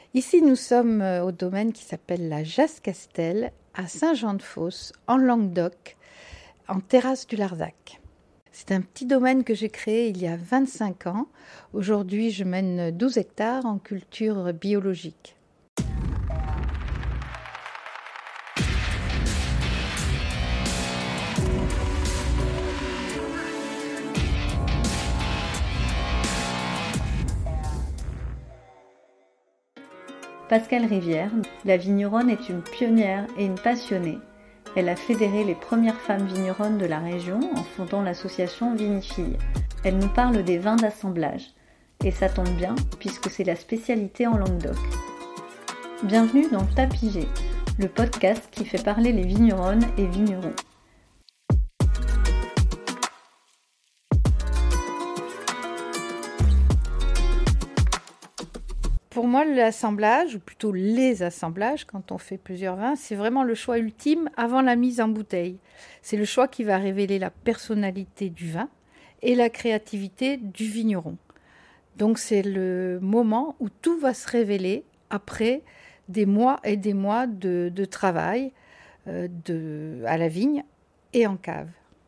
Ici, nous sommes au domaine qui s'appelle la Jasse-Castel, à Saint-Jean-de-Fosse, en Languedoc, en terrasse du Larzac. C'est un petit domaine que j'ai créé il y a 25 ans. Aujourd'hui, je mène 12 hectares en culture biologique. Pascale Rivière, la vigneronne est une pionnière et une passionnée. Elle a fédéré les premières femmes vigneronnes de la région en fondant l'association Vinifille. Elle nous parle des vins d'assemblage. Et ça tombe bien puisque c'est la spécialité en Languedoc. Bienvenue dans Tapigé, le podcast qui fait parler les vigneronnes et vignerons. Pour moi, l'assemblage, ou plutôt les assemblages, quand on fait plusieurs vins, c'est vraiment le choix ultime avant la mise en bouteille. C'est le choix qui va révéler la personnalité du vin et la créativité du vigneron. Donc c'est le moment où tout va se révéler après des mois et des mois de travail à la vigne et en cave.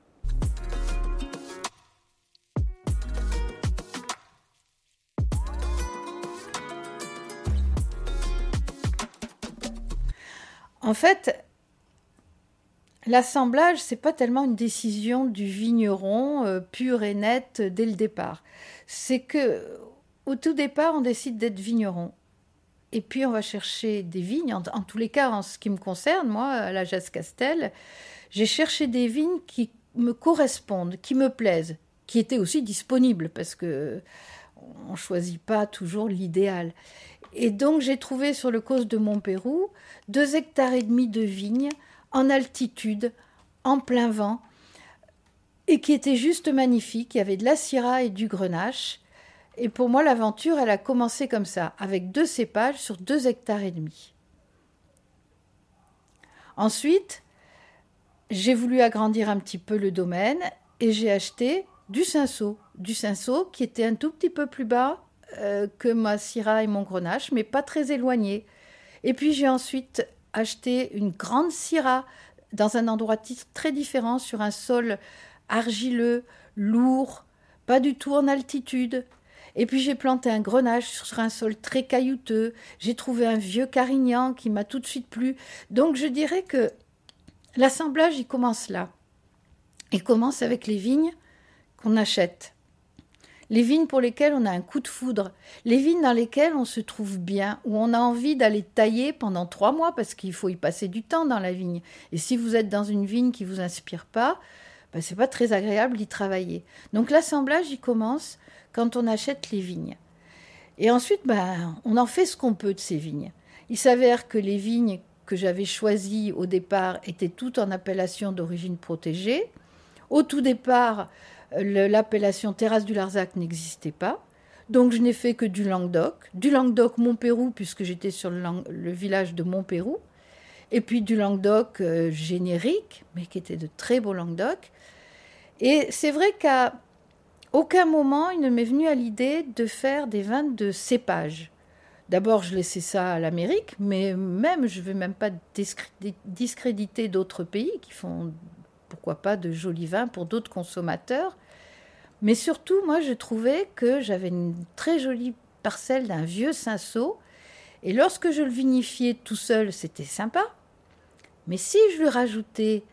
En fait, l'assemblage, c'est pas tellement une décision du vigneron pure et nette dès le départ. C'est que au tout départ, on décide d'être vigneron. Et puis on va chercher des vignes. En tous les cas, en ce qui me concerne, moi, à la Jasse-Castel, j'ai cherché des vignes qui me correspondent, qui me plaisent, qui étaient aussi disponibles, parce que on choisit pas toujours l'idéal. Et donc j'ai trouvé sur le causse de Montpérou 2,5 hectares de vignes en altitude, en plein vent, et qui étaient juste magnifiques. Il y avait de la syrah et du grenache. Et pour moi, l'aventure, elle a commencé comme ça, avec 2 cépages sur 2,5 hectares. Ensuite, j'ai voulu agrandir un petit peu le domaine et j'ai acheté du cinsault. Du cinsault qui était un tout petit peu plus bas que ma syrah et mon grenache, mais pas très éloigné. Et puis j'ai ensuite acheté une grande syrah dans un endroit très différent, sur un sol argileux, lourd, pas du tout en altitude. Et puis j'ai planté un grenache sur un sol très caillouteux. J'ai trouvé un vieux carignan qui m'a tout de suite plu. Donc je dirais que l'assemblage, il commence là. Il commence avec les vignes qu'on achète. Les vignes pour lesquelles on a un coup de foudre, les vignes dans lesquelles on se trouve bien, où on a envie d'aller tailler pendant 3 mois, parce qu'il faut y passer du temps dans la vigne. Et si vous êtes dans une vigne qui ne vous inspire pas, c'est pas très agréable d'y travailler. Donc l'assemblage, il commence quand on achète les vignes. Et ensuite, on en fait ce qu'on peut de ces vignes. Il s'avère que les vignes que j'avais choisies au départ étaient toutes en appellation d'origine protégée. Au tout départ, l'appellation terrasse du Larzac n'existait pas. Donc je n'ai fait que du Languedoc Montpérou, puisque j'étais sur le village de Montpérou, et puis du Languedoc générique, mais qui était de très beaux Languedoc. Et c'est vrai qu'à aucun moment il ne m'est venu à l'idée de faire des vins de cépage. D'abord, je laissais ça à l'Amérique, mais même, je ne vais même pas discréditer d'autres pays qui font, pourquoi pas, de jolis vins pour d'autres consommateurs. Mais surtout, moi, je trouvais que j'avais une très jolie parcelle d'un vieux cinsault. Et lorsque je le vinifiais tout seul, c'était sympa. Mais si je lui rajoutais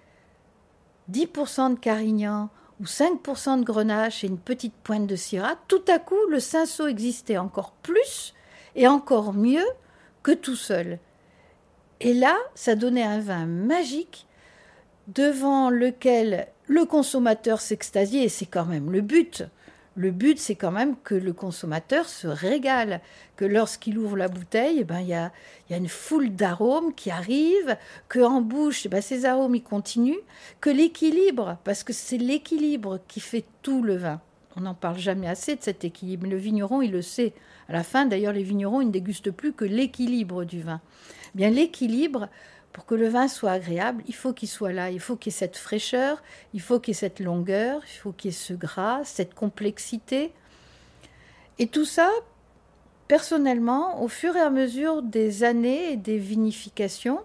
10% de carignan ou 5% de grenache et une petite pointe de syrah, tout à coup, le cinsault existait encore plus et encore mieux que tout seul. Et là, ça donnait un vin magique devant lequel le consommateur s'extasie, et c'est quand même le but. Le but, c'est quand même que le consommateur se régale, que lorsqu'il ouvre la bouteille, il y a une foule d'arômes qui arrivent, qu'en bouche, ces arômes ils continuent, que l'équilibre, parce que c'est l'équilibre qui fait tout le vin. On n'en parle jamais assez de cet équilibre. Le vigneron, il le sait. À la fin, d'ailleurs, les vignerons, ils ne dégustent plus que l'équilibre du vin. Bien, l'équilibre, pour que le vin soit agréable, il faut qu'il soit là, il faut qu'il y ait cette fraîcheur, il faut qu'il y ait cette longueur, il faut qu'il y ait ce gras, cette complexité. Et tout ça, personnellement, au fur et à mesure des années et des vinifications,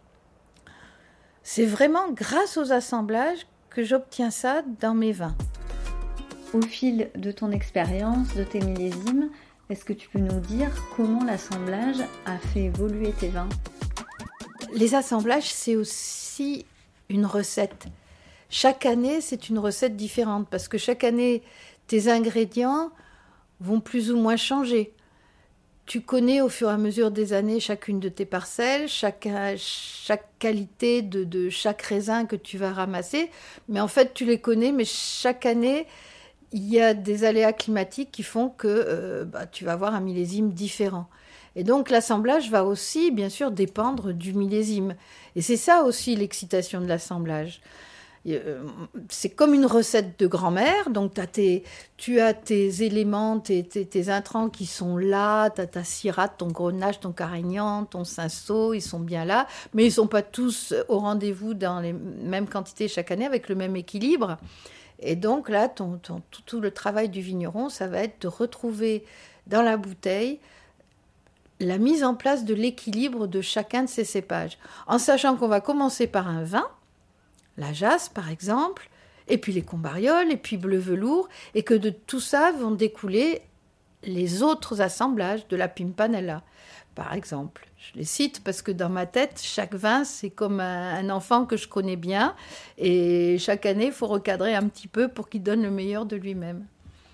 c'est vraiment grâce aux assemblages que j'obtiens ça dans mes vins. Au fil de ton expérience, de tes millésimes, est-ce que tu peux nous dire comment l'assemblage a fait évoluer tes vins ? Les assemblages, c'est aussi une recette. Chaque année, c'est une recette différente parce que chaque année, tes ingrédients vont plus ou moins changer. Tu connais au fur et à mesure des années chacune de tes parcelles, chaque qualité de chaque raisin que tu vas ramasser. Mais en fait, tu les connais, mais chaque année, il y a des aléas climatiques qui font que tu vas avoir un millésime différent. Et donc, l'assemblage va aussi, bien sûr, dépendre du millésime. Et c'est ça aussi l'excitation de l'assemblage. C'est comme une recette de grand-mère, donc tu as tes éléments, tes intrants qui sont là, tu as ta syrah, ton grenache, ton carignan, ton cinsault, ils sont bien là, mais ils ne sont pas tous au rendez-vous dans les mêmes quantités chaque année avec le même équilibre. Et donc là, tout le travail du vigneron, ça va être de retrouver dans la bouteille la mise en place de l'équilibre de chacun de ces cépages, en sachant qu'on va commencer par un vin, la Jasse par exemple, et puis les Combarioles, et puis Bleu Velours, et que de tout ça vont découler les autres assemblages de la Pimpinella, par exemple. Je les cite parce que dans ma tête, chaque vin, c'est comme un enfant que je connais bien, et chaque année, il faut recadrer un petit peu pour qu'il donne le meilleur de lui-même.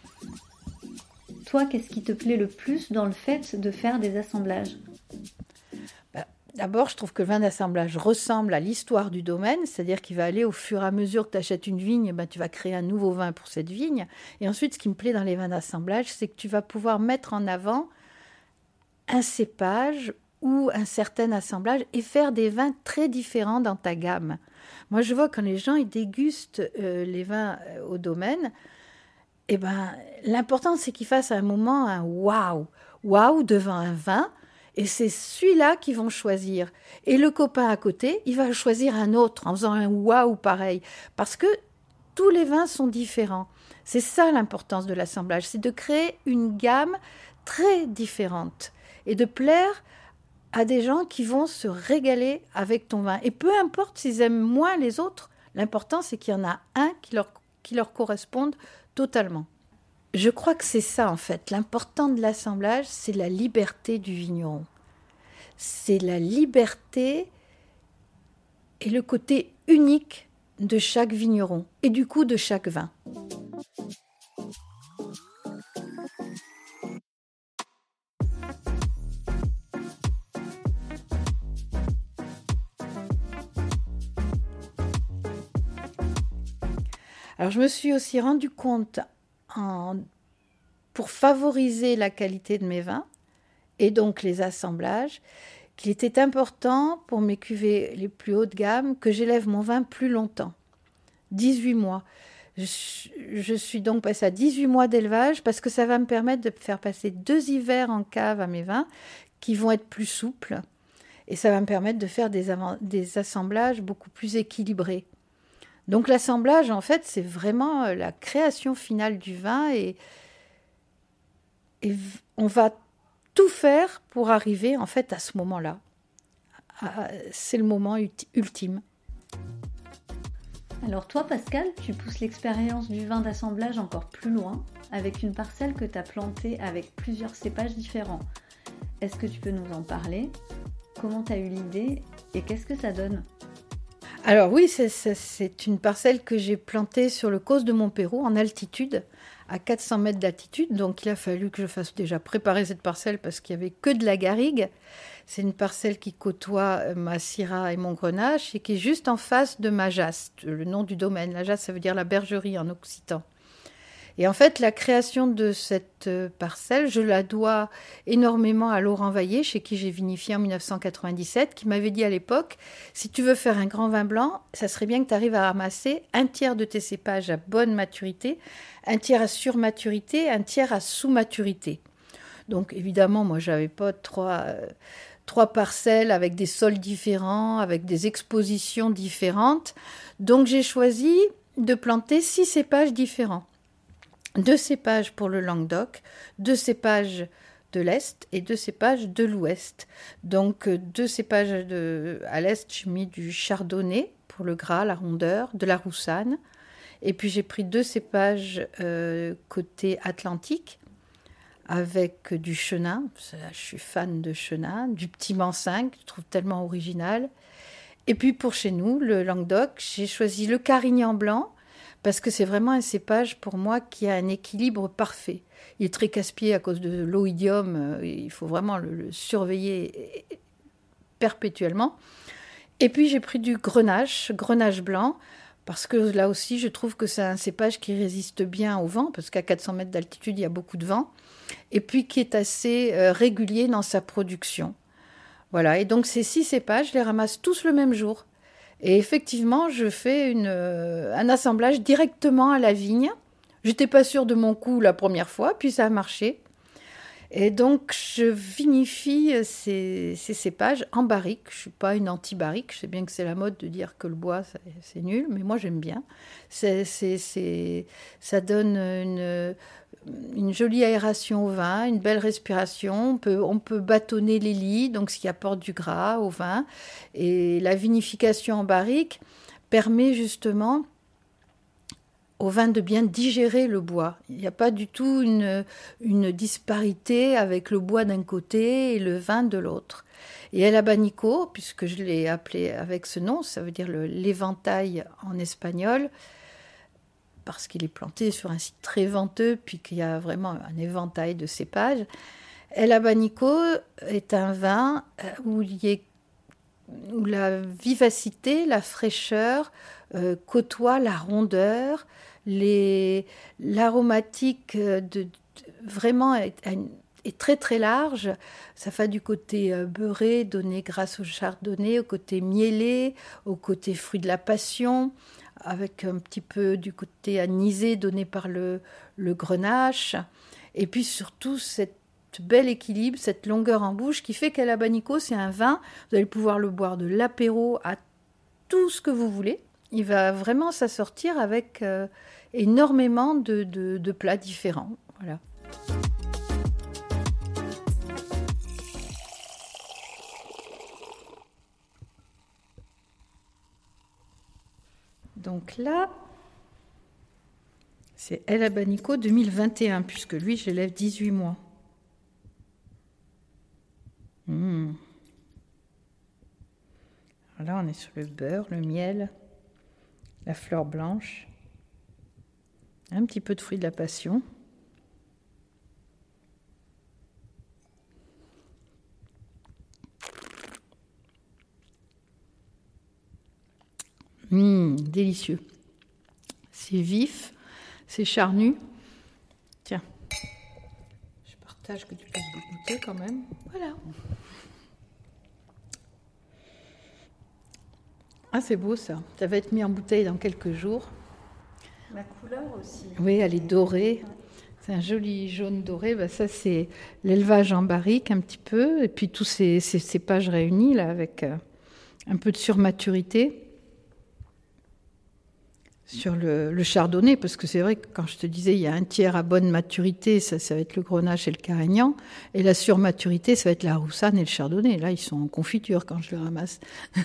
Toi, qu'est-ce qui te plaît le plus dans le fait de faire des assemblages ? D'abord, je trouve que le vin d'assemblage ressemble à l'histoire du domaine, c'est-à-dire qu'il va aller au fur et à mesure que tu achètes une vigne, tu vas créer un nouveau vin pour cette vigne. Et ensuite, ce qui me plaît dans les vins d'assemblage, c'est que tu vas pouvoir mettre en avant un cépage ou un certain assemblage et faire des vins très différents dans ta gamme. Moi, je vois quand les gens ils dégustent les vins au domaine, l'important, c'est qu'ils fassent à un moment un waouh devant un vin. Et c'est celui-là qu'ils vont choisir. Et le copain à côté, il va choisir un autre en faisant un waouh pareil. Parce que tous les vins sont différents. C'est ça l'importance de l'assemblage, c'est de créer une gamme très différente et de plaire à des gens qui vont se régaler avec ton vin. Et peu importe s'ils aiment moins les autres, l'important c'est qu'il y en a un qui leur corresponde totalement. Je crois que c'est ça en fait. L'important de l'assemblage, c'est la liberté du vigneron. C'est la liberté et le côté unique de chaque vigneron et du coup de chaque vin. Alors je me suis aussi rendu compte pour favoriser la qualité de mes vins et donc les assemblages, qu'il était important pour mes cuvées les plus haut de gamme que j'élève mon vin plus longtemps, 18 mois. Je suis donc passée à 18 mois d'élevage parce que ça va me permettre de faire passer 2 hivers en cave à mes vins qui vont être plus souples et ça va me permettre de faire des assemblages beaucoup plus équilibrés. Donc l'assemblage, en fait, c'est vraiment la création finale du vin et on va tout faire pour arriver, en fait, à ce moment-là. C'est le moment ultime. Alors toi, Pascal, tu pousses l'expérience du vin d'assemblage encore plus loin avec une parcelle que tu as plantée avec plusieurs cépages différents. Est-ce que tu peux nous en parler ? Comment tu as eu l'idée et qu'est-ce que ça donne ? Alors oui, c'est une parcelle que j'ai plantée sur le causse de Montpérou, en altitude, à 400 mètres d'altitude. Donc il a fallu que je fasse déjà préparer cette parcelle parce qu'il n'y avait que de la garrigue. C'est une parcelle qui côtoie ma syrah et mon grenache et qui est juste en face de ma Jasse, le nom du domaine. La Jasse, ça veut dire la bergerie en occitan. Et en fait, la création de cette parcelle, je la dois énormément à Laurent Vaillé, chez qui j'ai vinifié en 1997, qui m'avait dit à l'époque, si tu veux faire un grand vin blanc, ça serait bien que tu arrives à ramasser un tiers de tes cépages à bonne maturité, un tiers à surmaturité, un tiers à sous-maturité. Donc évidemment, moi, j'avais pas trois parcelles avec des sols différents, avec des expositions différentes. Donc j'ai choisi de planter 6 cépages différents. 2 cépages pour le Languedoc, 2 cépages de l'Est et 2 cépages de l'Ouest. Donc 2 cépages à l'Est, j'ai mis du chardonnay pour le gras, la rondeur, de la roussanne. Et puis j'ai pris 2 cépages côté Atlantique avec du chenin. Je suis fan de chenin, du petit Mansingue, je trouve tellement original. Et puis pour chez nous, le Languedoc, j'ai choisi le Carignan blanc parce que c'est vraiment un cépage pour moi qui a un équilibre parfait. Il est très casse-pied à cause de l'oïdium, il faut vraiment le surveiller perpétuellement. Et puis j'ai pris du grenache blanc, parce que là aussi je trouve que c'est un cépage qui résiste bien au vent, parce qu'à 400 mètres d'altitude il y a beaucoup de vent, et puis qui est assez régulier dans sa production. Voilà, et donc ces 6 cépages, je les ramasse tous le même jour. Et effectivement, je fais un assemblage directement à la vigne. J'étais pas sûre de mon coup la première fois, puis ça a marché. Et donc, je vinifie ces cépages en barrique. Je ne suis pas une anti-barrique. Je sais bien que c'est la mode de dire que le bois, c'est nul, mais moi, j'aime bien. Ça donne une jolie aération au vin, une belle respiration. On peut bâtonner les lies, donc ce qui apporte du gras au vin. Et la vinification en barrique permet justement au vin de bien digérer le bois. Il n'y a pas du tout une disparité avec le bois d'un côté et le vin de l'autre. Et El Abanico, puisque je l'ai appelé avec ce nom, ça veut dire l'éventail en espagnol, parce qu'il est planté sur un site très venteux, puis qu'il y a vraiment un éventail de cépages. El Abanico est un vin où la vivacité, la fraîcheur côtoient la rondeur, l'aromatique vraiment est très très large. Ça va du côté beurré donné grâce au chardonnay, au côté mielé, au côté fruit de la passion, avec un petit peu du côté anisé donné par le grenache, et puis surtout cet bel équilibre, cette longueur en bouche qui fait qu'El Abanico, c'est un vin, vous allez pouvoir le boire de l'apéro à tout ce que vous voulez. Il va vraiment s'assortir avec énormément de plats différents. Voilà. Donc là, c'est El Abanico 2021, puisque lui, je l'élève 18 mois. Là, on est sur le beurre, le miel, la fleur blanche, un petit peu de fruit de la passion. Délicieux. C'est vif, c'est charnu. Tiens, je partage que tu puisses goûter quand même. Voilà. Ah, c'est beau ça. Ça va être mis en bouteille dans quelques jours. La couleur aussi. Oui, elle est dorée. C'est un joli jaune doré. Ben, ça, c'est l'élevage en barrique un petit peu. Et puis tous ces cépages réunis là, avec un peu de surmaturité sur le chardonnay. Parce que c'est vrai que quand je te disais, il y a un tiers à bonne maturité, ça va être le grenache et le carignan. Et la surmaturité, ça va être la roussanne et le chardonnay. Là, ils sont en confiture quand je les ramasse.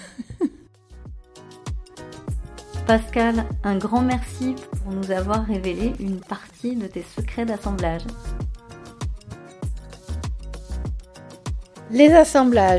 Pascal, un grand merci pour nous avoir révélé une partie de tes secrets d'assemblage. Les assemblages, t'as pigé ?